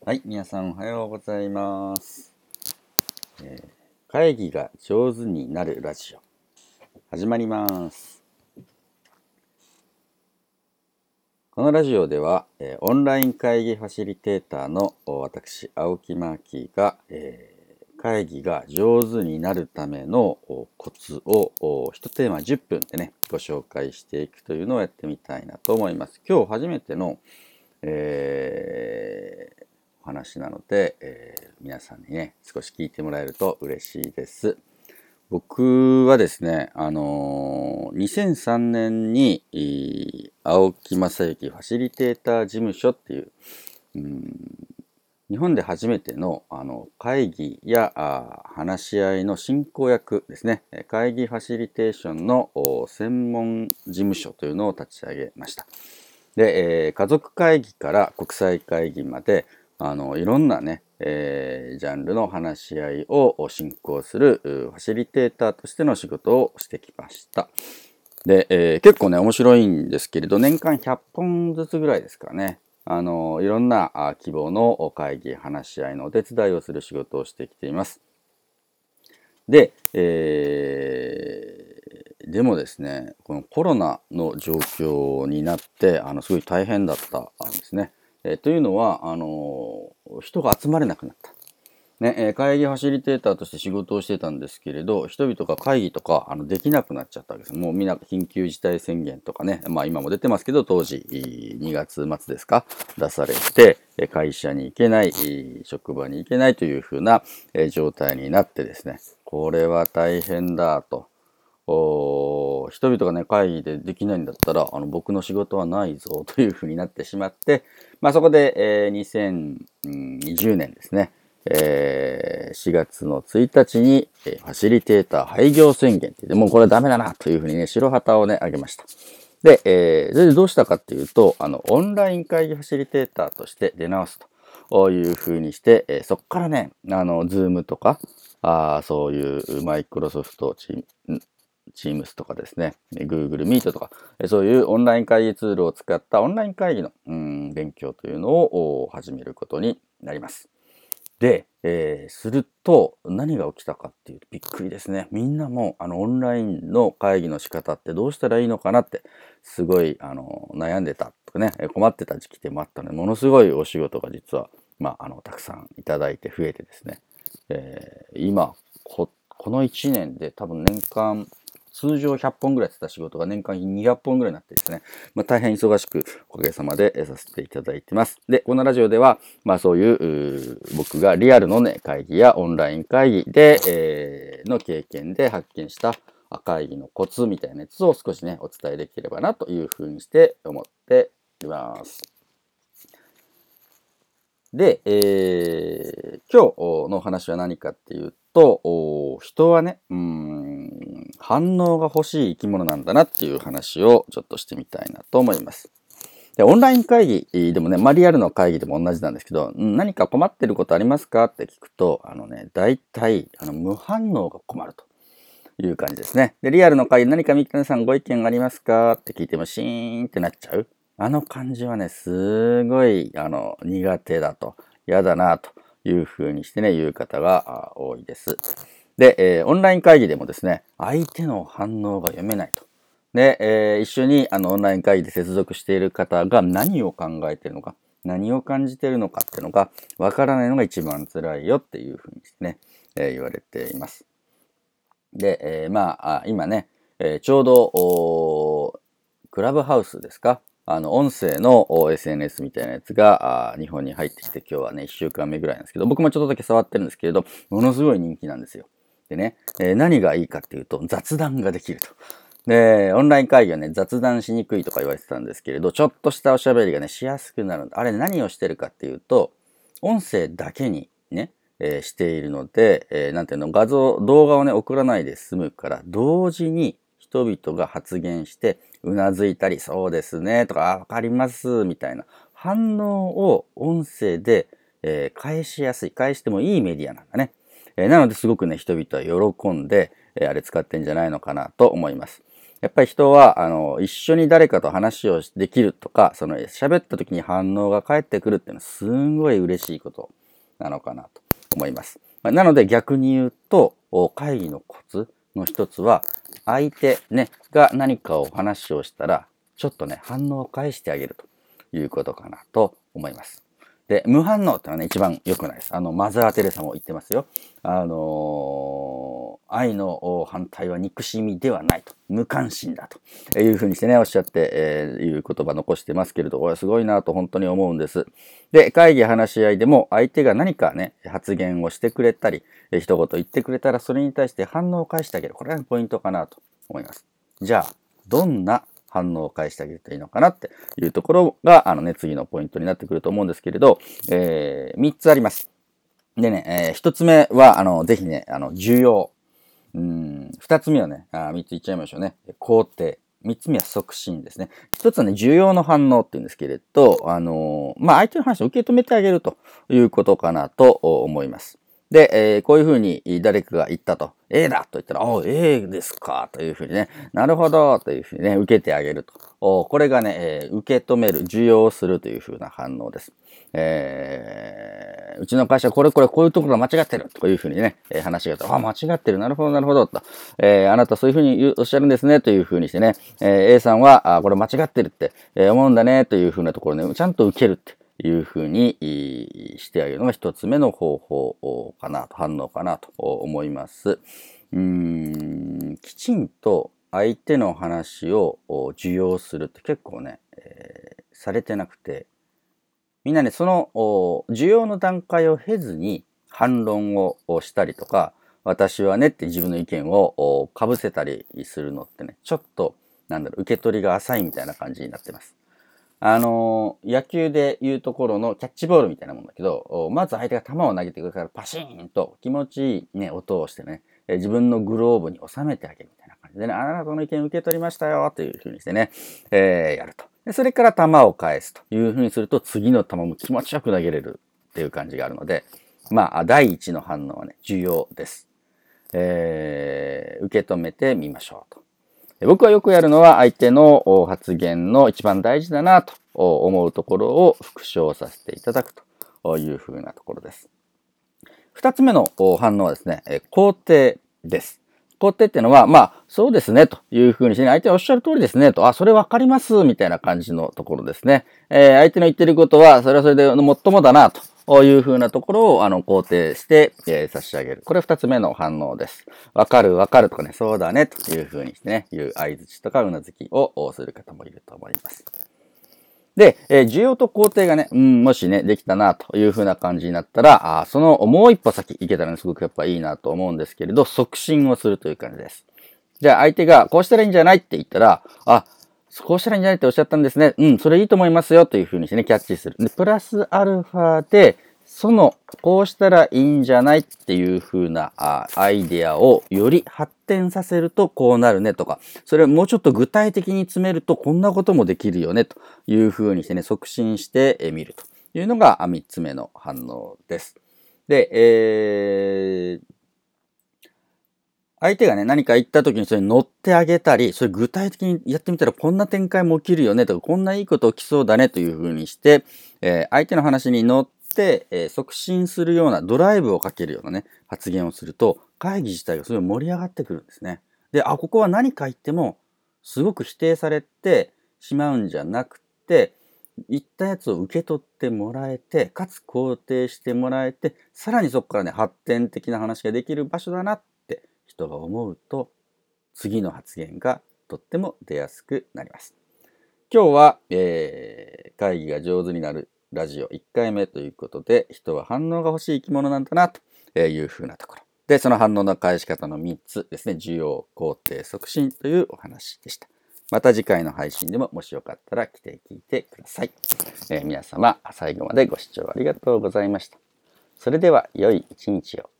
はい、皆さんおはようございます。会議が上手になるラジオ始まります。このラジオでは、オンライン会議ファシリテーターの私青木マーキーが、会議が上手になるためのコツを一テーマ10分でねご紹介していくというのをやってみたいなと思います。今日初めての、お話なので、皆さんにね少し聞いてもらえると嬉しいです。僕はですね、2003年に青木正幸ファシリテーター事務所っていう、日本で初めての会議や話し合いの進行役ですね、会議ファシリテーションの専門事務所というのを立ち上げました。で、家族会議から国際会議までいろんなね、ジャンルの話し合いを進行するファシリテーターとしての仕事をしてきました。で、結構ね面白いんですけれど、年間100本ずつぐらいですかね、いろんな規模の会議話し合いのお手伝いをする仕事をしてきています。で、でもですね、このコロナの状況になってすごい大変だったんですね。というのは人が集まれなくなった。ね、会議ファシリテーターとして仕事をしてたんですけれど、人々が会議とかできなくなっちゃったわけです。もうみんな緊急事態宣言とかね、まあ今も出てますけど、当時2月末ですか、出されて、会社に行けない、職場に行けないというふうな状態になってですね、これは大変だと。人々がね会議でできないんだったら僕の仕事はないぞというふうになってしまって、まあ、そこで、2020年ですね、4月の1日に、ファシリテーター廃業宣言って言って、もうこれダメだなというふうにね白旗をね上げました。で、それでどうしたかっていうとオンライン会議ファシリテーターとして出直すというふうにして、そこからねZoom とかそういうマイクロソフトTeams とかですね、Google Meet とか、そういうオンライン会議ツールを使ったオンライン会議の勉強というのを始めることになります。で、すると何が起きたかっていうとびっくりですね。みんなもオンラインの会議の仕方ってどうしたらいいのかなってすごい悩んでたとかね、困ってた時期でもあったので、ものすごいお仕事が実はたくさんいただいて増えてですね、今この1年で多分年間通常100本ぐらいやってた仕事が年間200本ぐらいになってですね、大変忙しくおかげさまでさせていただいてます。で、このラジオでは、そういう僕がリアルのね、会議やオンライン会議で、の経験で発見した会議のコツみたいなやつを少しね、お伝えできればなというふうにして思っています。で、今日の話は何かっていうと、人はね、反応が欲しい生き物なんだなっていう話をちょっとしてみたいなと思います。で、オンライン会議でもね、リアルの会議でも同じなんですけど、何か困ってることありますかって聞くと、大体、無反応が困るという感じですね。で、リアルの会議何か皆さんご意見ありますかって聞いてもシーンってなっちゃう。あの感じはね、すごい、苦手だと、嫌だなというふうにしてね、言う方が多いです。で、オンライン会議でもですね、相手の反応が読めないと。で、一緒にオンライン会議で接続している方が何を考えているのか、何を感じているのかっていうのがわからないのが一番辛いよっていうふうにしてね、言われています。で、今ね、ちょうどクラブハウスですか、音声の SNS みたいなやつが日本に入ってきて、今日はね、1週間目ぐらいなんですけど、僕もちょっとだけ触ってるんですけれど、ものすごい人気なんですよ。でね、何がいいかっていうと、雑談ができると。で、オンライン会議はね、雑談しにくいとか言われてたんですけれど、ちょっとしたおしゃべりがね、しやすくなる。あれ何をしてるかっていうと、音声だけにね、しているので、なんていうの、動画をね、送らないで済むから、同時に人々が発言して、うなずいたり、そうですね、とか、わかります、みたいな反応を音声で、返しやすい、返してもいいメディアなんだね。なのですごくね、人々は喜んで、あれ使ってんじゃないのかなと思います。 やっぱり人は、一緒に誰かと話をできるとか、その喋った時に反応が返ってくるっていうのはすんごい嬉しいことなのかなと思います。なので逆に言うと、会議のコツの一つは、相手ね、が何かを話をしたら、ちょっとね、反応を返してあげるということかなと思います。で、無反応ってのはね、一番良くないです。マザー・テレサも言ってますよ。愛の反対は憎しみではないと。無関心だというふうにしてね、おっしゃって、いう言葉残してますけれど、これすごいなと本当に思うんです。で、会議話し合いでも相手が何かね、発言をしてくれたり、一言言ってくれたら、それに対して反応を返してあげる。これがポイントかなと思います。じゃあ、どんな反応を返してあげるといいのかなっていうところが、次のポイントになってくると思うんですけれど、3つあります。でね、1つ目は、ぜひね、重要。2つ目はね、3つ言っちゃいましょうね。肯定。3つ目は促進ですね。1つはね、重要の反応っていうんですけれど、相手の話を受け止めてあげるということかなと思います。で、こういうふうに誰かが言ったと、A だと言ったら、A ですかというふうにね、なるほどというふうにね、受けてあげると。これがね、受け止める、受容するというふうな反応です。うちの会社こういうところが間違ってるというふうにね、話があったら、間違ってる、なるほど、なるほど、と。あなたそういうふうにおっしゃるんですね、というふうにしてね、A さんは、これ間違ってるって、思うんだね、というふうなところね、ちゃんと受けるっていうふうにしてあげるのが一つ目の方法かなと、反応かなと思います。きちんと相手の話を受容するって結構ね、されてなくて、みんなね、その受容の段階を経ずに反論をしたりとか、私はねって自分の意見をかぶせたりするのってね、ちょっと、受け取りが浅いみたいな感じになってます。野球でいうところのキャッチボールみたいなもんだけど、まず相手が球を投げてくるからパシーンと気持ちいいね、音をしてね、自分のグローブに収めてあげるみたいな感じでね、あなたの意見受け取りましたよというふうにしてね、やると。でそれから球を返すというふうにすると、次の球も気持ちよく投げれるっていう感じがあるので、第一の反応はね、重要です。受け止めてみましょうと。僕はよくやるのは相手の発言の一番大事だなと思うところを復唱させていただくというふうなところです。二つ目の反応はですね、肯定です。肯定っていうのは、そうですねというふうにして、相手がおっしゃる通りですねと、それわかりますみたいな感じのところですね。相手の言ってることは、それはそれでもっともだなというふうなところを肯定して、差し上げる。これ二つ目の反応です。わかるとかね、そうだねというふうにしてね、いう相槌とかうなずきをする方もいると思います。で、需要と肯定がね、もしね、できたなというふうな感じになったら、そのもう一歩先行けたらね、すごくやっぱいいなと思うんですけれど、促進をするという感じです。じゃあ相手がこうしたらいいんじゃないって言ったら、こうしたらいいんじゃないっておっしゃったんですね。それいいと思いますよというふうにしてね、キャッチする。で、プラスアルファで、こうしたらいいんじゃないっていう風なアイデアをより発展させるとこうなるねとか、それをもうちょっと具体的に詰めるとこんなこともできるよねという風にしてね、促進してみるというのが3つ目の反応です。で、相手がね、何か言った時にそれに乗ってあげたり、それ具体的にやってみたらこんな展開も起きるよねとか、こんないいこと起きそうだねという風にして、相手の話に乗って、促進するようなドライブをかけるようなね、発言をすると、会議自体がすごい盛り上がってくるんですね。で、ここは何か言っても、すごく否定されてしまうんじゃなくて、言ったやつを受け取ってもらえて、かつ肯定してもらえて、さらにそこからね、発展的な話ができる場所だなって人が思うと、次の発言がとっても出やすくなります。今日は、会議が上手になるラジオ1回目ということで、人は反応が欲しい生き物なんだなというふうなところ。で、その反応の返し方の3つですね。需要、肯定、促進というお話でした。また次回の配信でももしよかったら来て聞いてください。皆様、最後までご視聴ありがとうございました。それでは良い一日を。